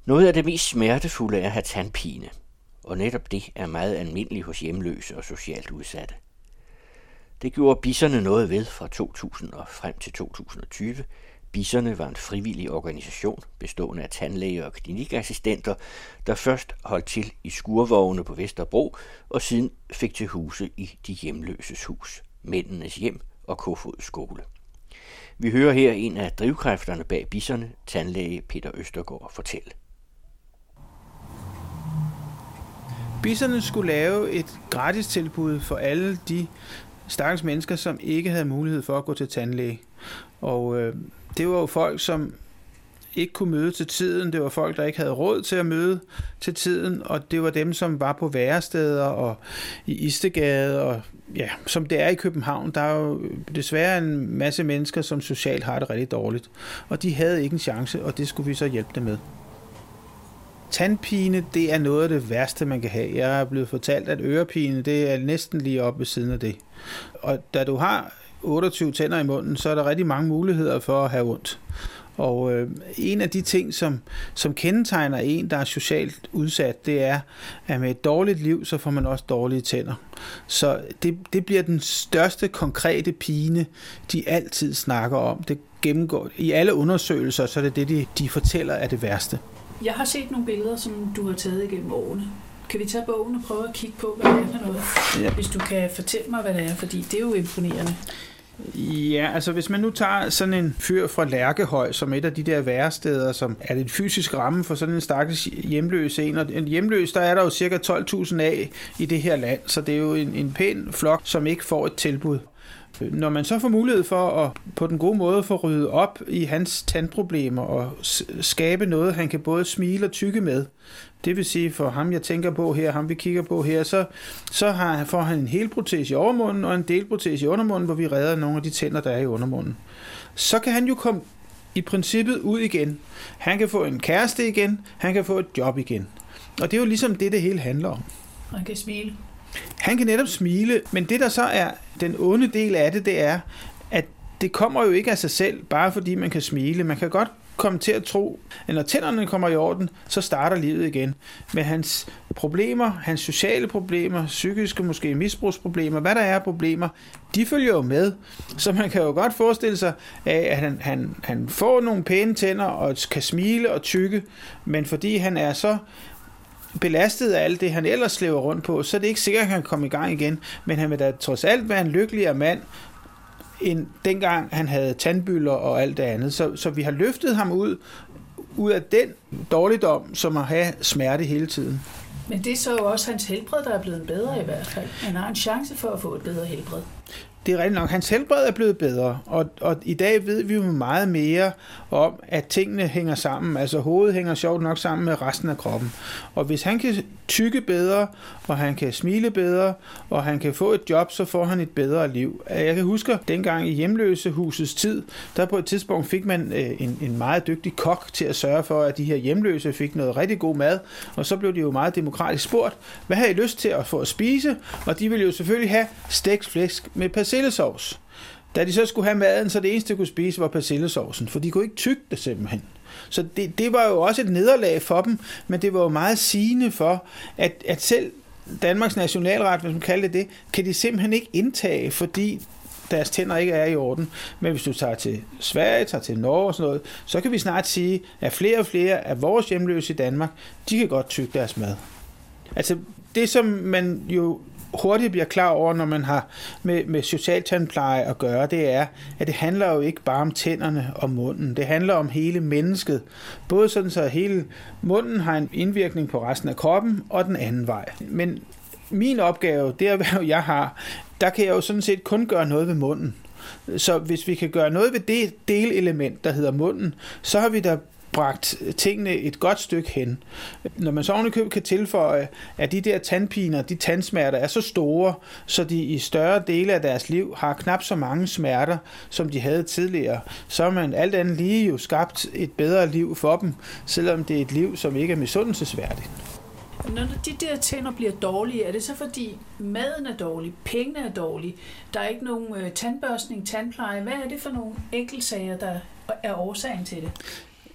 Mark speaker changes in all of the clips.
Speaker 1: Noget af det mest smertefulde er at have tandpine, og netop det er meget almindeligt hos hjemløse og socialt udsatte. Det gjorde Bisserne noget ved fra 2000 og frem til 2020. Bisserne var en frivillig organisation bestående af tandlæger og klinikassistenter, der først holdt til i skurvogne på Vesterbro og siden fik til huse i de hjemløses hus, Mændenes Hjem og Kofod Skole. Vi hører her en af drivkræfterne bag Bisserne, tandlæge Peter Østergaard, fortælle.
Speaker 2: Bisserne skulle lave et gratis tilbud for alle de stakkels mennesker, som ikke havde mulighed for at gå til tandlæge. Og det var jo folk, som ikke kunne møde til tiden. Det var folk, der ikke havde råd til at møde til tiden. Og det var dem, som var på væresteder og i Istegade. Og ja, som det er i København, der er jo desværre en masse mennesker, som socialt har det rigtig dårligt. Og de havde ikke en chance, og det skulle vi så hjælpe dem med. Tandpine, det er noget af det værste, man kan have. Jeg er blevet fortalt, at ørepine, det er næsten lige oppe ved siden af det. Og da du har 28 tænder i munden, så er der rigtig mange muligheder for at have ondt. Og en af de ting, som kendetegner en, der er socialt udsat, det er, at med et dårligt liv, så får man også dårlige tænder. Så det bliver den største konkrete pine, de altid snakker om. Det gennemgår i alle undersøgelser, så er det de fortæller er det værste.
Speaker 3: Jeg har set nogle billeder, som du har taget igennem årene. Kan vi tage bogen og prøve at kigge på, hvad det er for noget? Ja. Hvis du kan fortælle mig, hvad det er, fordi det er jo imponerende.
Speaker 2: Ja, altså hvis man nu tager sådan en fyr fra Lærkehøj, som et af de der væresteder, som er det fysisk ramme for sådan en stakkels hjemløs en, og en hjemløs, der er der jo cirka 12.000 af i det her land, så det er jo en pæn flok, som ikke får et tilbud. Når man så får mulighed for at på den gode måde få ryddet op i hans tandproblemer og skabe noget, han kan både smile og tykke med, det vil sige for ham, jeg tænker på her, ham vi kigger på her, så får han en helprotese i overmunden og en delprotese i undermunden, hvor vi redder nogle af de tænder, der er i undermunden. Så kan han jo komme i princippet ud igen. Han kan få en kæreste igen, han kan få et job igen. Og det er jo ligesom det hele handler om.
Speaker 3: Og han kan smile.
Speaker 2: Han kan netop smile, men det der så er den onde del af det er, at det kommer jo ikke af sig selv, bare fordi man kan smile. Man kan godt komme til at tro, at når tænderne kommer i orden, så starter livet igen. Men hans problemer, hans sociale problemer, psykiske måske misbrugsproblemer, hvad der er problemer, de følger jo med. Så man kan jo godt forestille sig, at han får nogle pæne tænder og kan smile og tykke, men fordi han er så belastet af alt det, han ellers slæver rundt på, så er det ikke sikkert, at han kan komme i gang igen. Men han vil da trods alt være en lykkeligere mand, end dengang han havde tandbylder og alt det andet. Så vi har løftet ham ud af den dårligdom, som at have smerte hele tiden.
Speaker 3: Men det er så jo også hans helbred, der er blevet bedre i hvert fald. Han har en chance for at få et bedre helbred.
Speaker 2: Det er rigtigt nok. Hans helbred er blevet bedre, og i dag ved vi jo meget mere om, at tingene hænger sammen. Altså hovedet hænger sjovt nok sammen med resten af kroppen. Og hvis han kan tykke bedre, og han kan smile bedre, og han kan få et job, så får han et bedre liv. Jeg kan huske, dengang i hjemløsehusets tid, der på et tidspunkt fik man en meget dygtig kok til at sørge for, at de her hjemløse fik noget rigtig god mad, og så blev de jo meget demokratisk spurgt, hvad har I lyst til at få at spise? Og de ville jo selvfølgelig have stegt flæsk med persillesovs. Da de så skulle have maden, så det eneste, de kunne spise, var persillesovsen, for de kunne ikke tygge det simpelthen. Så det var jo også et nederlag for dem, men det var jo meget sigende for, at selv Danmarks nationalret, hvis man kalder det, kan de simpelthen ikke indtage, fordi deres tænder ikke er i orden. Men hvis du tager til Sverige, tager til Norge og sådan noget, så kan vi snart sige, at flere og flere af vores hjemløse i Danmark, de kan godt tygge deres mad. Altså det, som man jo hurtigt bliver klar over, når man har med socialtandpleje at gøre, det er, at det handler jo ikke bare om tænderne og munden. Det handler om hele mennesket. Både sådan, så hele munden har en indvirkning på resten af kroppen, og den anden vej. Men min opgave, det erhverv, jeg har, der kan jeg jo sådan set kun gøre noget ved munden. Så hvis vi kan gøre noget ved det delelement, der hedder munden, så har vi da bragt tingene et godt stykke hen. Når man så ovenikøbet kan tilføje, at de der tandpiner, de tandsmerter er så store, så de i større dele af deres liv har knap så mange smerter, som de havde tidligere, så har man alt andet lige jo skabt et bedre liv for dem, selvom det er et liv, som ikke er misundelsesværdigt.
Speaker 3: Når de der tænder bliver dårlige, er det så fordi maden er dårlig, pengene er dårlige, der er ikke nogen tandbørstning, tandpleje? Hvad er det for nogle enkeltsager, der er årsagen til det?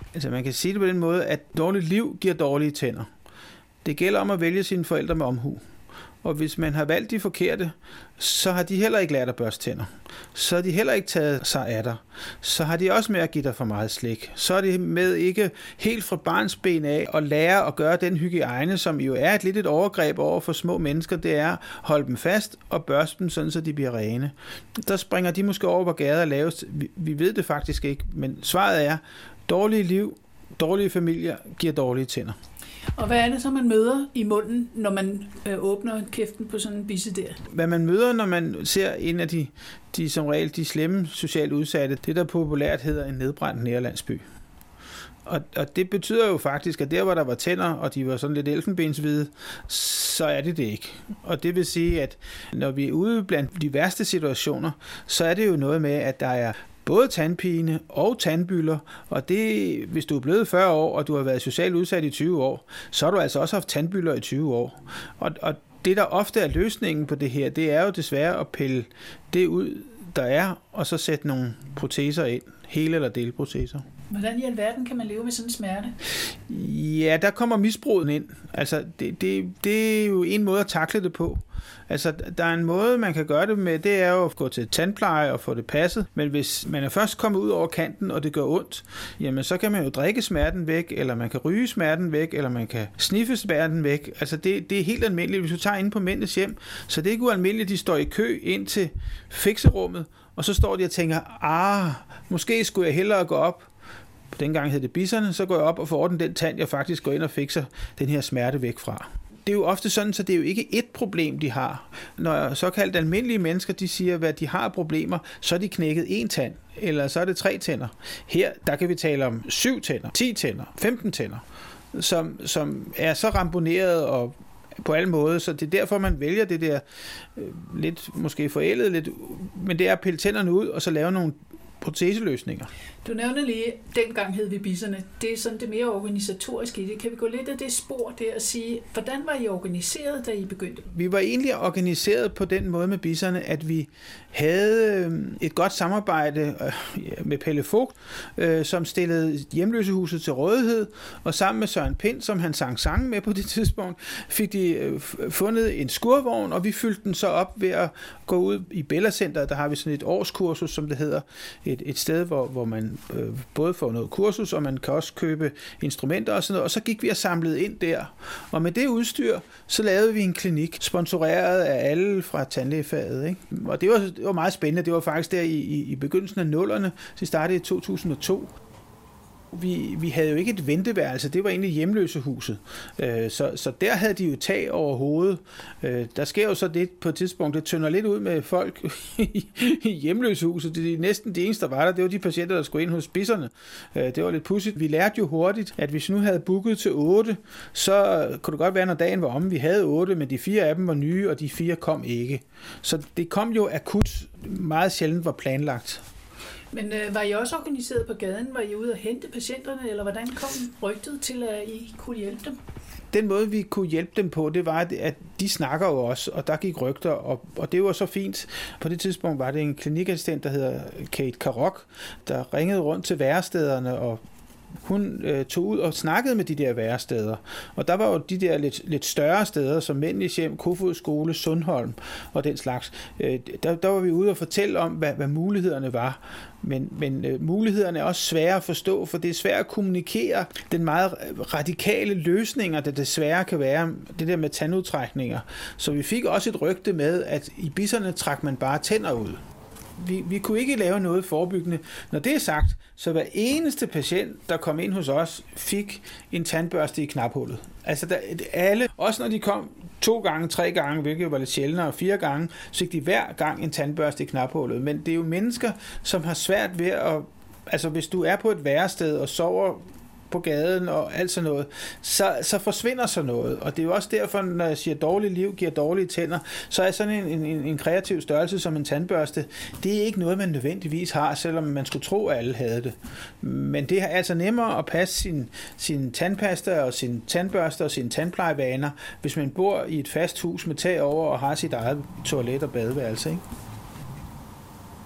Speaker 2: Altså man kan sige det på den måde, at dårligt liv giver dårlige tænder. Det gælder om at vælge sine forældre med omhu. Og hvis man har valgt de forkerte, så har de heller ikke lært at børste tænder. Så har de heller ikke taget sig af dig. Så har de også med at give dig for meget slik. Så er det med ikke helt fra barnsben af at lære at gøre den hygiejne, som jo er et overgreb over for små mennesker, det er at holde dem fast og børste dem, sådan så de bliver rene. Der springer de måske over, hvor gader er lavest. Vi ved det faktisk ikke, men svaret er, dårlige liv, dårlige familier giver dårlige tænder.
Speaker 3: Og hvad er det så, man møder i munden, når man åbner kæften på sådan en bisse der?
Speaker 2: Hvad man møder, når man ser en af de som regel de slemme socialt udsatte, det der populært hedder en nedbrændt nærlandsby. Og det betyder jo faktisk, at der hvor der var tænder, og de var sådan lidt elfenbenshvide, så er det ikke. Og det vil sige, at når vi er ude blandt de værste situationer, så er det jo noget med, at der er både tandpine og tandbylder, og det, hvis du er blevet 40 år, og du har været socialt udsat i 20 år, så har du altså også haft tandbylder i 20 år. Og det, der ofte er løsningen på det her, det er jo desværre at pille det ud, der er, og så sætte nogle proteser ind, hele eller delproteser.
Speaker 3: Hvordan i alverden kan man leve med sådan en smerte?
Speaker 2: Ja, der kommer misbruget ind. Altså, det er jo en måde at takle det på. Altså, der er en måde, man kan gøre det med, det er jo at gå til tandpleje og få det passet. Men hvis man er først kommet ud over kanten, og det gør ondt, jamen så kan man jo drikke smerten væk, eller man kan ryge smerten væk, eller man kan sniffe smerten væk. Altså, det er helt almindeligt. Hvis du tager ind på mændenes hjem, så det er ikke ualmindeligt, de står i kø ind til fikserummet, og så står de og tænker, måske skulle jeg hellere gå op. Dengang hed det bisserne, så går jeg op og får ordnet den tand, jeg faktisk går ind og fikser den her smerte væk fra. Det er jo ofte sådan, så det er jo ikke ét problem, de har. Når såkaldt almindelige mennesker, de siger, hvad de har problemer, så er de knækket 1 tand, eller så er det 3 tænder. Her, der kan vi tale om 7 tænder, 10 tænder, 15 tænder, som er så ramponeret og på alle måder, så det er derfor, man vælger det der lidt, måske forældet lidt, men det er at pille tænderne ud, og så lave nogle proteseløsninger.
Speaker 3: Du nævner lige, dengang hed vi bisserne. Det er sådan det mere organisatoriske i det. Kan vi gå lidt af det spor der og sige, hvordan var I organiseret, da I begyndte?
Speaker 2: Vi var egentlig organiseret på den måde med bisserne, at vi havde et godt samarbejde med Pelle Vogt, som stillede hjemløsehuset til rådighed, og sammen med Søren Pind, som han sang sange med på det tidspunkt, fik de fundet en skurvogn, og vi fyldte den så op ved at gå ud i Bella Centeret. Der har vi sådan et årskursus, som det hedder, et sted, hvor man både får noget kursus, og man kan også købe instrumenter og sådan noget, og så gik vi og samlede ind der. Og med det udstyr, så lavede vi en klinik, sponsoreret af alle fra tandlægefaget, ikke? Og det var meget spændende. Det var faktisk der i begyndelsen af 00'erne, så startede i 2002. Vi havde jo ikke et venteværelse, det var egentlig hjemløsehuset. Så der havde de jo tag over hovedet. Der sker jo så det på et tidspunkt, det tynder lidt ud med folk i hjemløsehuset. Næsten de eneste, der var der, det var de patienter, der skulle ind hos bisserne. Det var lidt pudsigt. Vi lærte jo hurtigt, at hvis vi nu havde booket til 8, så kunne det godt være, når dagen var omme, vi havde 8, men de 4 af dem var nye, og de 4 kom ikke. Så det kom jo akut, meget sjældent var planlagt.
Speaker 3: Men var I også organiseret på gaden? Var I ude at hente patienterne, eller hvordan kom rygtet til, at I kunne hjælpe dem?
Speaker 2: Den måde, vi kunne hjælpe dem på, det var, at de snakker jo også, og der gik rygter, og det var så fint. På det tidspunkt var det en klinikassistent, der hedder Kate Karok, der ringede rundt til værestederne, og hun tog ud og snakkede med de der væresteder. Og der var jo de der lidt større steder, som Mændenes Hjem, Kofod Skole, Sundholm og den slags. Der var vi ude og fortælle om, hvad mulighederne var. Men mulighederne er også svære at forstå, for det er svært at kommunikere den meget radikale løsninger, det desværre kan være, det der med tandudtrækninger. Så vi fik også et rygte med, at i bisserne trak man bare tænder ud. Vi kunne ikke lave noget forebyggende. Når det er sagt, så hver eneste patient, der kom ind hos os, fik en tandbørste i knaphullet. Altså alle, også når de kom 2 gange, 3 gange, hvilket var lidt sjældnere, 4 gange, så fik de hver gang en tandbørste i knaphullet. Men det er jo mennesker, som har svært ved at... Altså hvis du er på et værested og sover på gaden og alt sådan noget, så forsvinder så noget. Og det er jo også derfor, når jeg siger, at dårligt liv giver dårlige tænder, så er sådan en kreativ størrelse som en tandbørste, det er ikke noget, man nødvendigvis har, selvom man skulle tro, at alle havde det. Men det er altså nemmere at passe sin tandpasta og sin tandbørste og sine tandplejevaner, hvis man bor i et fast hus med tag over og har sit eget toilet og badeværelse, ikke?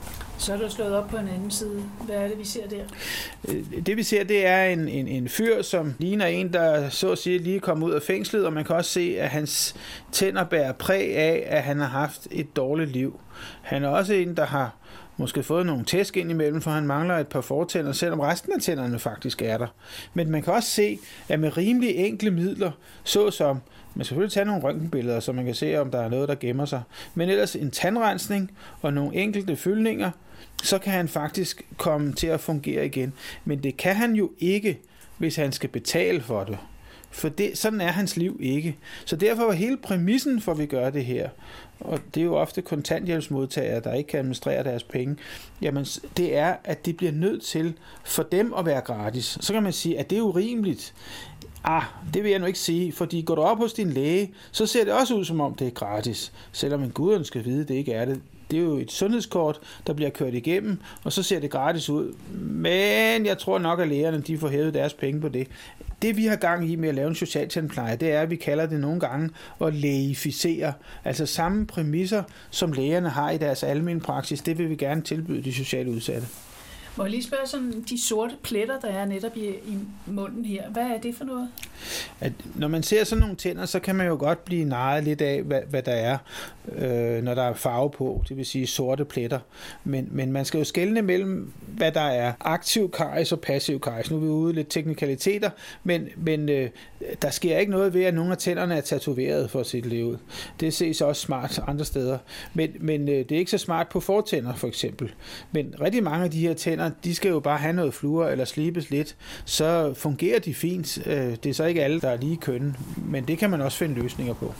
Speaker 3: Så er du slået op på en anden side. Hvad er det, vi ser der?
Speaker 2: Det vi ser, det er en fyr, som ligner en, der så at sige lige kom ud af fængslet, og man kan også se, at hans tænder bærer præg af, at han har haft et dårligt liv. Han er også en, der har måske fået nogle tæsk ind imellem, for han mangler et par fortænder, selvom resten af tænderne faktisk er der. Men man kan også se, at med rimelig enkle midler, såsom man skal selvfølgelig tage nogle røntgenbilleder, så man kan se, om der er noget, der gemmer sig. Men ellers en tandrensning og nogle enkelte fyldninger, så kan han faktisk komme til at fungere igen. Men det kan han jo ikke, hvis han skal betale for det. For sådan er hans liv ikke. Så derfor var hele præmissen for, at vi gør det her, og det er jo ofte kontanthjælpsmodtagere, der ikke kan administrere deres penge, jamen det er, at det bliver nødt til for dem at være gratis. Så kan man sige, at det er urimeligt. Det vil jeg nu ikke sige, fordi går du op hos din læge, så ser det også ud, som om det er gratis, selvom en guderne skal vide, det ikke er det. Det er jo et sundhedskort, der bliver kørt igennem, og så ser det gratis ud. Men jeg tror nok, at lægerne de får hævet deres penge på det. Det vi har gang i med at lave en socialtandpleje, det er, at vi kalder det nogle gange at lægificere. Altså samme præmisser, som lægerne har i deres almene praksis, det vil vi gerne tilbyde de socialt udsatte.
Speaker 3: Må jeg lige spørge sådan, de sorte pletter, der er netop i munden her, hvad er det for noget?
Speaker 2: At når man ser sådan nogle tænder, så kan man jo godt blive narret lidt af, hvad der er, når der er farve på, det vil sige sorte pletter. Men man skal jo skelne mellem, hvad der er aktiv karies og passiv karies. Nu er vi ude i lidt teknikaliteter, men der sker ikke noget ved, at nogle af tænderne er tatoveret for sit liv ud. Det ses også smart andre steder. Men det er ikke så smart på fortænder, for eksempel. Men rigtig mange af de her tænder, de skal jo bare have noget fluor eller slibes lidt, så fungerer de fint. Det er så ikke alle, der er lige kønne, men det kan man også finde løsninger på.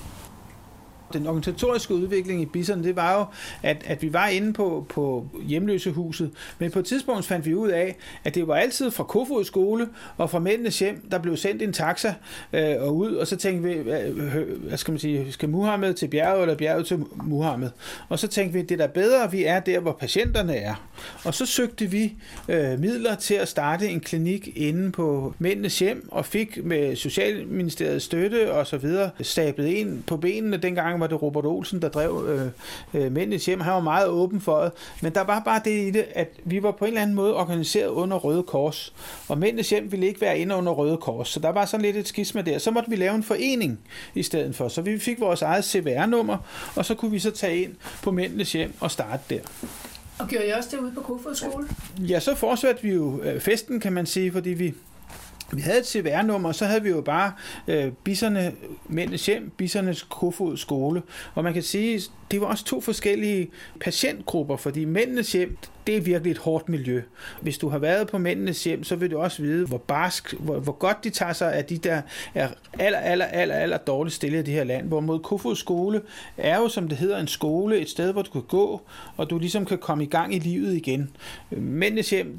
Speaker 2: Den organisatoriske udvikling i Bison, det var jo, at vi var inde på hjemløsehuset, men på et tidspunkt fandt vi ud af, at det var altid fra Kofod skole og fra Mændenes Hjem, der blev sendt en taxa og ud, og så tænkte vi, hvad skal man sige, skal Muhammed til bjerget, eller bjerget til Muhammed? Og så tænkte vi, det er da bedre, vi er der, hvor patienterne er. Og så søgte vi midler til at starte en klinik inde på Mændenes Hjem, og fik med Socialministeriets støtte og så videre stablet ind på benene. Dengang var det Robert Olsen, der drev Mændenes Hjem. Han var meget åben for det, men der var bare det i det, at vi var på en eller anden måde organiseret under Røde Kors, og Mændenes Hjem ville ikke være inde under Røde Kors, så der var sådan lidt et skisma der. Så måtte vi lave en forening i stedet for, så vi fik vores eget CVR-nummer, og så kunne vi så tage ind på Mændenes Hjem og starte der.
Speaker 3: Og gjorde I også det ude på Kofod skole?
Speaker 2: Ja, så fortsatte vi jo festen, kan man sige, fordi vi havde et CVR-nummer, så havde vi jo bare Biserne Mændenes Hjem, Bisernes Kofod skole. Og man kan sige, det var også to forskellige patientgrupper, fordi Mændenes Hjem, det er virkelig et hårdt miljø. Hvis du har været på Mændenes Hjem, så vil du også vide, hvor barsk, hvor godt de tager sig af de der er aller dårligt stillede i det her land. Hvorimod Kofod skole er jo, som det hedder, en skole, et sted, hvor du kan gå, og du ligesom kan komme i gang i livet igen. Mændenes Hjem,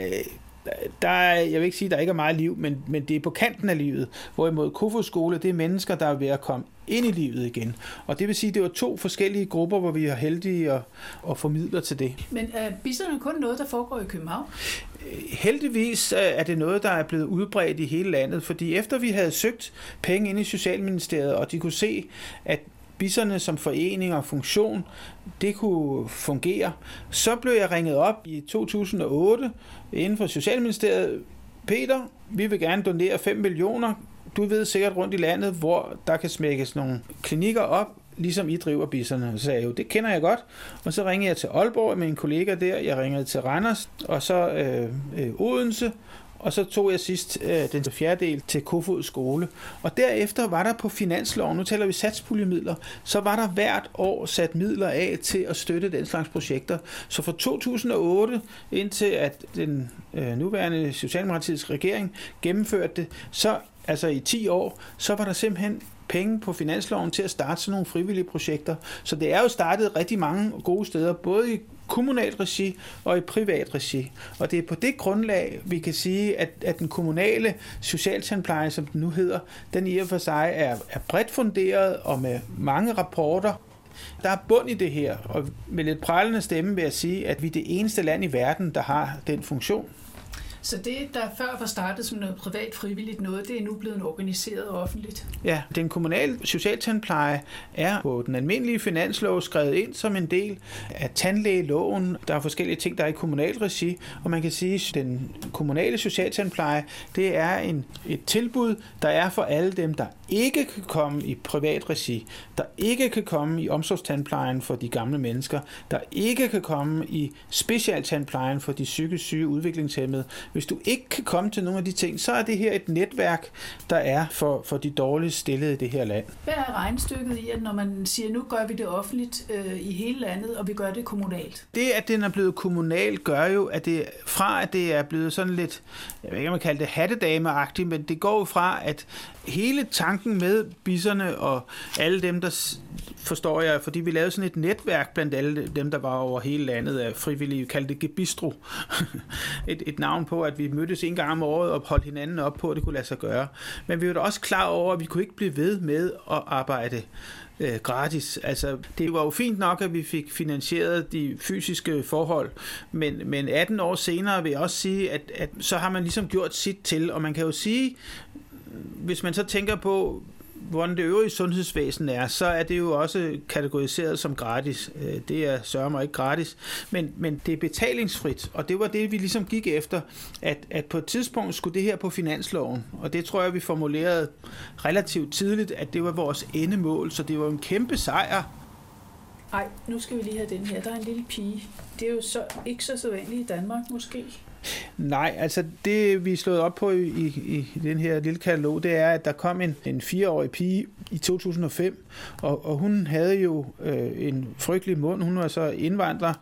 Speaker 2: jeg vil ikke sige, at der ikke er meget liv, men det er på kanten af livet. Hvorimod Kofod skole, det er mennesker, der er ved at komme ind i livet igen. Og det vil sige, at det var to forskellige grupper, hvor vi er heldige at få midler til det.
Speaker 3: Men er Bison kun noget, der foregår i København?
Speaker 2: Heldigvis er det noget, der er blevet udbredt i hele landet, fordi efter vi havde søgt penge ind i Socialministeriet, og de kunne se, at Biserne som forening og funktion, det kunne fungere. Så blev jeg ringet op i 2008 inden for Socialministeriet. Peter, vi vil gerne donere 5 millioner. Du ved sikkert rundt i landet, hvor der kan smækkes nogle klinikker op, ligesom I driver Biserne. Så sagde jeg jo, det kender jeg godt. Og så ringede jeg til Aalborg med en kollega der. Jeg ringede til Randers, og så Odense. Og så tog jeg sidst den fjerdedel til Kofod skole. Og derefter var der på finansloven, nu taler vi satspuljemidler, så var der hvert år sat midler af til at støtte den slags projekter. Så fra 2008 indtil at den nuværende socialdemokratiske regering gennemførte det, så altså i 10 år, så var der simpelthen penge på finansloven til at starte sådan nogle frivillige projekter. Så det er jo startet rigtig mange gode steder, både i kommunalt regi og i privat regi. Og det er på det grundlag, vi kan sige, at den kommunale socialtandpleje, som den nu hedder, den i og for sig er bredt funderet og med mange rapporter. Der er bund i det her, og med lidt prallende stemme vil jeg sige, at vi er det eneste land i verden, der har den funktion.
Speaker 3: Så det, der før var startet som noget privat frivilligt noget, det er nu blevet organiseret offentligt?
Speaker 2: Ja, den kommunale socialtandpleje er på den almindelige finanslov skrevet ind som en del af tandlægeloven. Der er forskellige ting, der er i kommunal regi, og man kan sige, at den kommunale socialtandpleje, det er et tilbud, der er for alle dem, der ikke kan komme i privat regi, der ikke kan komme i omsorgstandplejen for de gamle mennesker, der ikke kan komme i specialtandplejen for de psykisk syge udviklingshæmmede. Hvis du ikke kan komme til nogle af de ting, så er det her et netværk, der er for de dårligt stillede i det her land.
Speaker 3: Hvad er regnstykket i, at når man siger, nu gør vi det offentligt i hele landet, og vi gør det kommunalt?
Speaker 2: Det, at den er blevet kommunal, gør jo, at det fra at det er blevet sådan lidt, jeg ved ikke, om man kalder det hattedameagtigt, men det går jo fra, at hele tanken med bisserne og alle dem, der forstår jeg, fordi vi lavede sådan et netværk blandt alle dem, der var over hele landet af frivillige, vi kaldte det Gebistro. et navn på, at vi mødtes en gang om året og holdt hinanden op på, at det kunne lade sig gøre. Men vi var da også klar over, at vi kunne ikke blive ved med at arbejde gratis. Altså, det var jo fint nok, at vi fik finansieret de fysiske forhold, men 18 år senere vil jeg også sige, at så har man ligesom gjort sit til, og man kan jo sige, hvis man så tænker på, hvordan det øvrige sundhedsvæsen er, så er det jo også kategoriseret som gratis. Det er sørger mig ikke gratis, men det er betalingsfrit, og det var det, vi ligesom gik efter, at på et tidspunkt skulle det her på finansloven, og det tror jeg, vi formulerede relativt tidligt, at det var vores endemål, så det var en kæmpe sejr.
Speaker 3: Ej, nu skal vi lige have den her. Der er en lille pige. Det er jo så ikke så sædvanligt i Danmark, måske.
Speaker 2: Nej, altså det, vi slået op på i den her lille katalog, det er, at der kom en 4-årig pige i 2005, og hun havde jo en frygtelig mund. Hun var så indvandrer.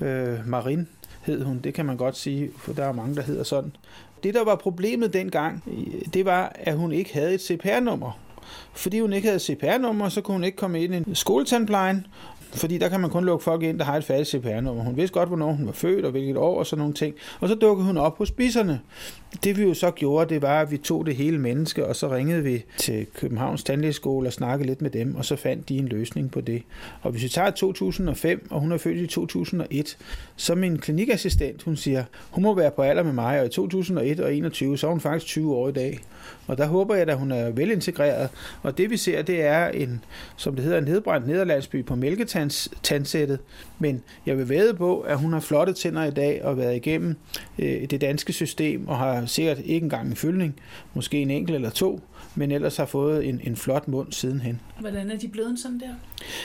Speaker 2: Marin hed hun, det kan man godt sige, for der er mange, der hedder sådan. Det, der var problemet dengang, det var, at hun ikke havde et CPR-nummer. Fordi hun ikke havde CPR-nummer, så kunne hun ikke komme ind i skoletandplejen, fordi der kan man kun lukke folk ind, der har et færdigt CPR-nummer. Hun vidste godt, hvornår hun var født og hvilket år og sådan nogle ting. Og så dukkede hun op hos bisserne. Det vi jo så gjorde, det var, at vi tog det hele menneske, og så ringede vi til Københavns Tandlægeskole og snakkede lidt med dem, og så fandt de en løsning på det. Og hvis vi tager 2005, og hun er født i 2001, så min klinikassistent, hun siger, hun må være på alder med mig, og i 2001 og 21, så er hun faktisk 20 år i dag. Og der håber jeg, at hun er velintegreret. Og det vi ser, det er en, som det hedder, en nedbrændt nederlandsby på mælketandsættet. Men jeg vil vædde på, at hun har flotte tænder i dag og været igennem det danske system og har sikkert ikke engang en fyldning, måske en enkelt eller to, men ellers har fået en flot mund sidenhen.
Speaker 3: Hvordan er de blevet sådan der?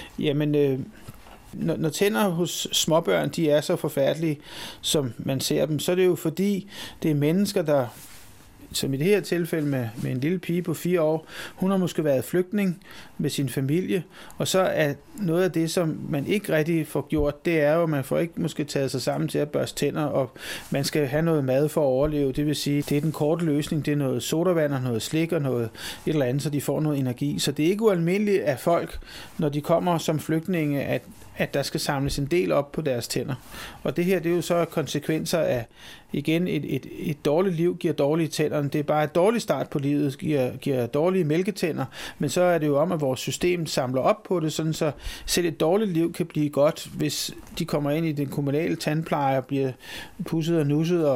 Speaker 2: Jamen, når tænder hos småbørn, de er så forfærdelige, som man ser dem, så er det jo fordi, det er mennesker, der, som i det her tilfælde med en lille pige på 4 år, hun har måske været flygtning med sin familie, og så er noget af det, som man ikke rigtig får gjort, det er jo, at man får ikke måske taget sig sammen til at børste tænder, og man skal have noget mad for at overleve, det vil sige, det er den korte løsning, det er noget sodavand og noget slik og noget et eller andet, så de får noget energi. Så det er ikke ualmindeligt af folk, når de kommer som flygtninge, at der skal samles en del op på deres tænder. Og det her, det er jo så konsekvenser af, igen, et dårligt liv giver dårlige tænder. Det er bare et dårligt start på livet, giver dårlige mælketænder, men så er det jo om, at vores system samler op på det, sådan så selv et dårligt liv kan blive godt, hvis de kommer ind i den kommunale tandpleje og bliver pusset og nusset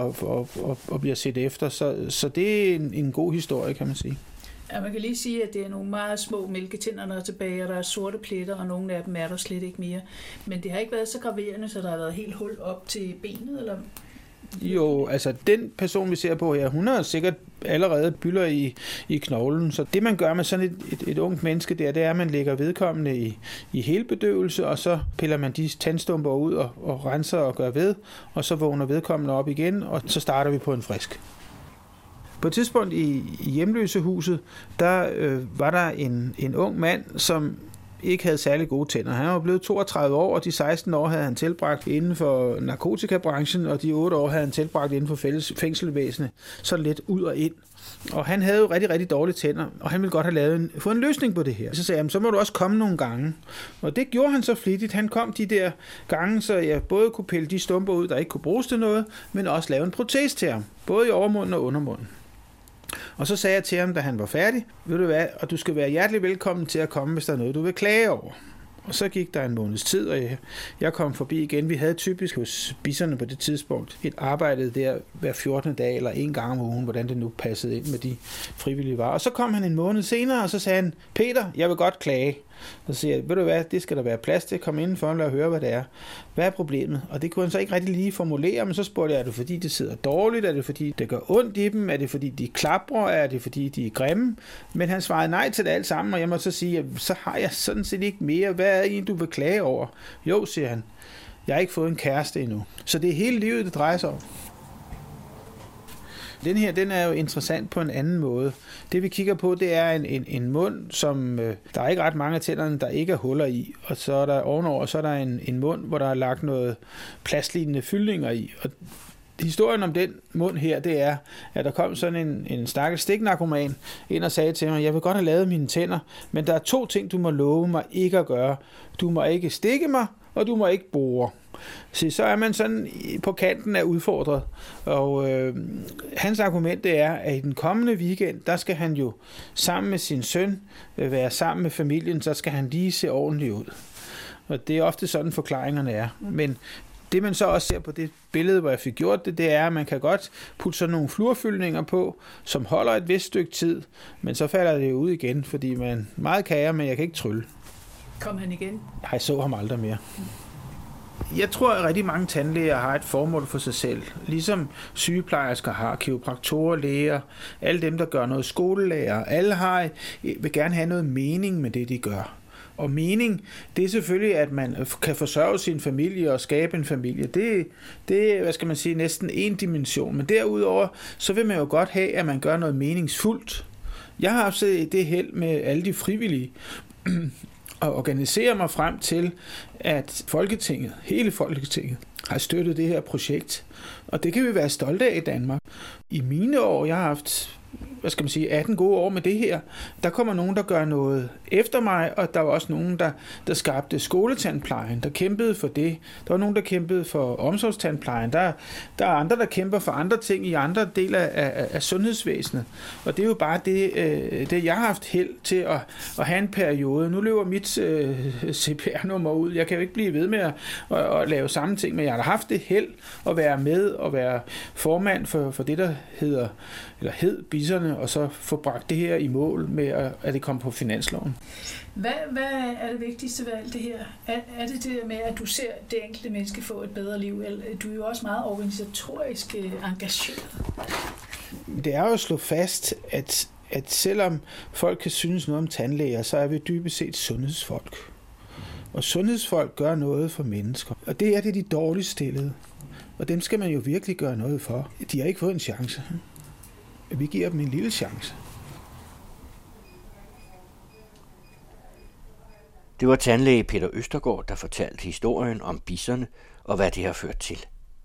Speaker 2: og bliver set efter. Så det er en god historie, kan man sige.
Speaker 3: Ja, man kan lige sige, at det er nogle meget små mælketænder, der er tilbage, og der er sorte pletter, og nogle af dem er der slet ikke mere. Men det har ikke været så graverende, så der har været helt hul op til benet, eller?
Speaker 2: Jo, altså den person, vi ser på her, hun har sikkert allerede byller i knoglen. Så det, man gør med sådan et ungt menneske der, det er, at man lægger vedkommende i helbedøvelse, og så piller man de tandstumper ud og renser og gør ved, og så vågner vedkommende op igen, og så starter vi på en frisk. På et tidspunkt i hjemløsehuset, der var der en ung mand, som ikke havde særlig gode tænder. Han var blevet 32 år, og de 16 år havde han tilbragt inden for narkotikabranchen, og de 8 år havde han tilbragt inden for fængselvæsenet, så lidt ud og ind. Og han havde jo rigtig, rigtig dårlige tænder, og han ville godt have fået en løsning på det her. Så sagde jeg, så må du også komme nogle gange. Og det gjorde han så flittigt. Han kom de der gange, så jeg både kunne pille de stumper ud, der ikke kunne bruges til noget, men også lave en protese til ham, både i overmunden og undermunden. Og så sagde jeg til ham, da han var færdig, ved du hvad, og du skal være hjertelig velkommen til at komme, hvis der er noget, du vil klage over. Og så gik der en måneds tid, og jeg kom forbi igen. Vi havde typisk hos Bisserne på det tidspunkt et arbejde der hver 14. dag eller en gang om ugen, hvordan det nu passede ind med de frivillige var. Og så kom han en måned senere, og så sagde han, Peter, jeg vil godt klage. Så siger jeg, ved du hvad, det skal der være plads til. Kom indenfor og lad høre, hvad det er. Hvad er problemet? Og det kunne han så ikke rigtig lige formulere, men så spurgte jeg, er det fordi, det sidder dårligt? Er det fordi, det gør ondt i dem? Er det fordi, de klapper? Er det fordi, de er grimme? Men han svarede nej til det alt sammen, og jeg må så sige, så har jeg sådan set ikke mere. Hvad er en, du vil klage over? Jo, siger han. Jeg har ikke fået en kæreste endnu. Så det er hele livet, det drejer sig om. Den her, den er jo interessant på en anden måde. Det vi kigger på, det er en mund, som der er ikke ret mange af tænderne, der ikke er huller i. Og så er der ovenover, så er der en mund, hvor der er lagt noget plastlignende fyldninger i. Og historien om den mund her, det er, at der kom sådan en stakkels stiknarkoman ind og sagde til mig, jeg vil godt have lavet mine tænder, men der er 2 ting, du må love mig ikke at gøre. Du må ikke stikke mig, og du må ikke bore. Så er man sådan på kanten af udfordret. Og hans argument det er, at i den kommende weekend, der skal han jo sammen med sin søn være sammen med familien, så skal han lige se ordentligt ud. Og det er ofte sådan forklaringerne er. Men det man så også ser på det billede, hvor jeg fik gjort det, det er, at man kan godt putte sådan nogle fluorfyldninger på, som holder et vist stykke tid, men så falder det ud igen, fordi man meget kager, men jeg kan ikke trylle.
Speaker 3: Kom han igen?
Speaker 2: Jeg så ham aldrig mere. Jeg tror, at rigtig mange tandlæger har et formål for sig selv. Ligesom sygeplejersker har, kiropraktorer, læger, alle dem, der gør noget, skolelærer. Alle vil gerne have noget mening med det, de gør. Og mening, det er selvfølgelig, at man kan forsørge sin familie og skabe en familie. Det er, hvad skal man sige, næsten en dimension. Men derudover, så vil man jo godt have, at man gør noget meningsfuldt. Jeg har haft det held med alle de frivillige, og organisere mig frem til, at Folketinget, hele Folketinget, har støttet det her projekt. Og det kan vi være stolte af i Danmark. I mine år, jeg har haft 18 gode år med det her, der kommer nogen, der gør noget efter mig, og der var også nogen, der skabte skoletandplejen, der kæmpede for det. Der var nogen, der kæmpede for omsorgstandplejen. Der er andre, der kæmper for andre ting i andre dele af sundhedsvæsenet. Og det er jo bare det jeg har haft held til at have en periode. Nu løber mit CPR-nummer ud. Jeg kan jo ikke blive ved med at lave samme ting, men jeg har haft det held at være med og være formand for det, der hed Bisserne, og så få bragt det her i mål med, at det kom på finansloven.
Speaker 3: Hvad er det vigtigste ved alt det her? Er det det med, at du ser det enkelte menneske få et bedre liv? Du er jo også meget organisatorisk engageret.
Speaker 2: Det er jo at slå fast, at selvom folk kan synes noget om tandlæger, så er vi dybest set sundhedsfolk. Og sundhedsfolk gør noget for mennesker. Og det er de dårligt stillede. Og dem skal man jo virkelig gøre noget for. De har ikke fået en chance. Vi giver dem en lille chance.
Speaker 1: Det var tandlæge Peter Østergaard, der fortalte historien om Bisserne og hvad det har ført til.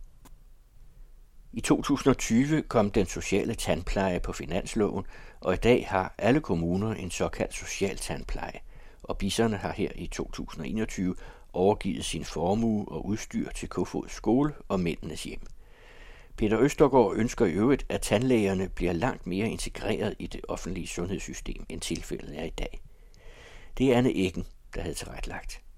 Speaker 1: I 2020 kom den sociale tandpleje på finansloven, og i dag har alle kommuner en såkaldt social tandpleje, og Bisserne har her i 2021 overgivet sin formue og udstyr til Kofoeds skole og Mændenes hjem. Peter Østergaard ønsker i øvrigt, at tandlægerne bliver langt mere integreret i det offentlige sundhedssystem, end tilfældet er i dag. Det er Anne Eggen, der havde tilrettelagt.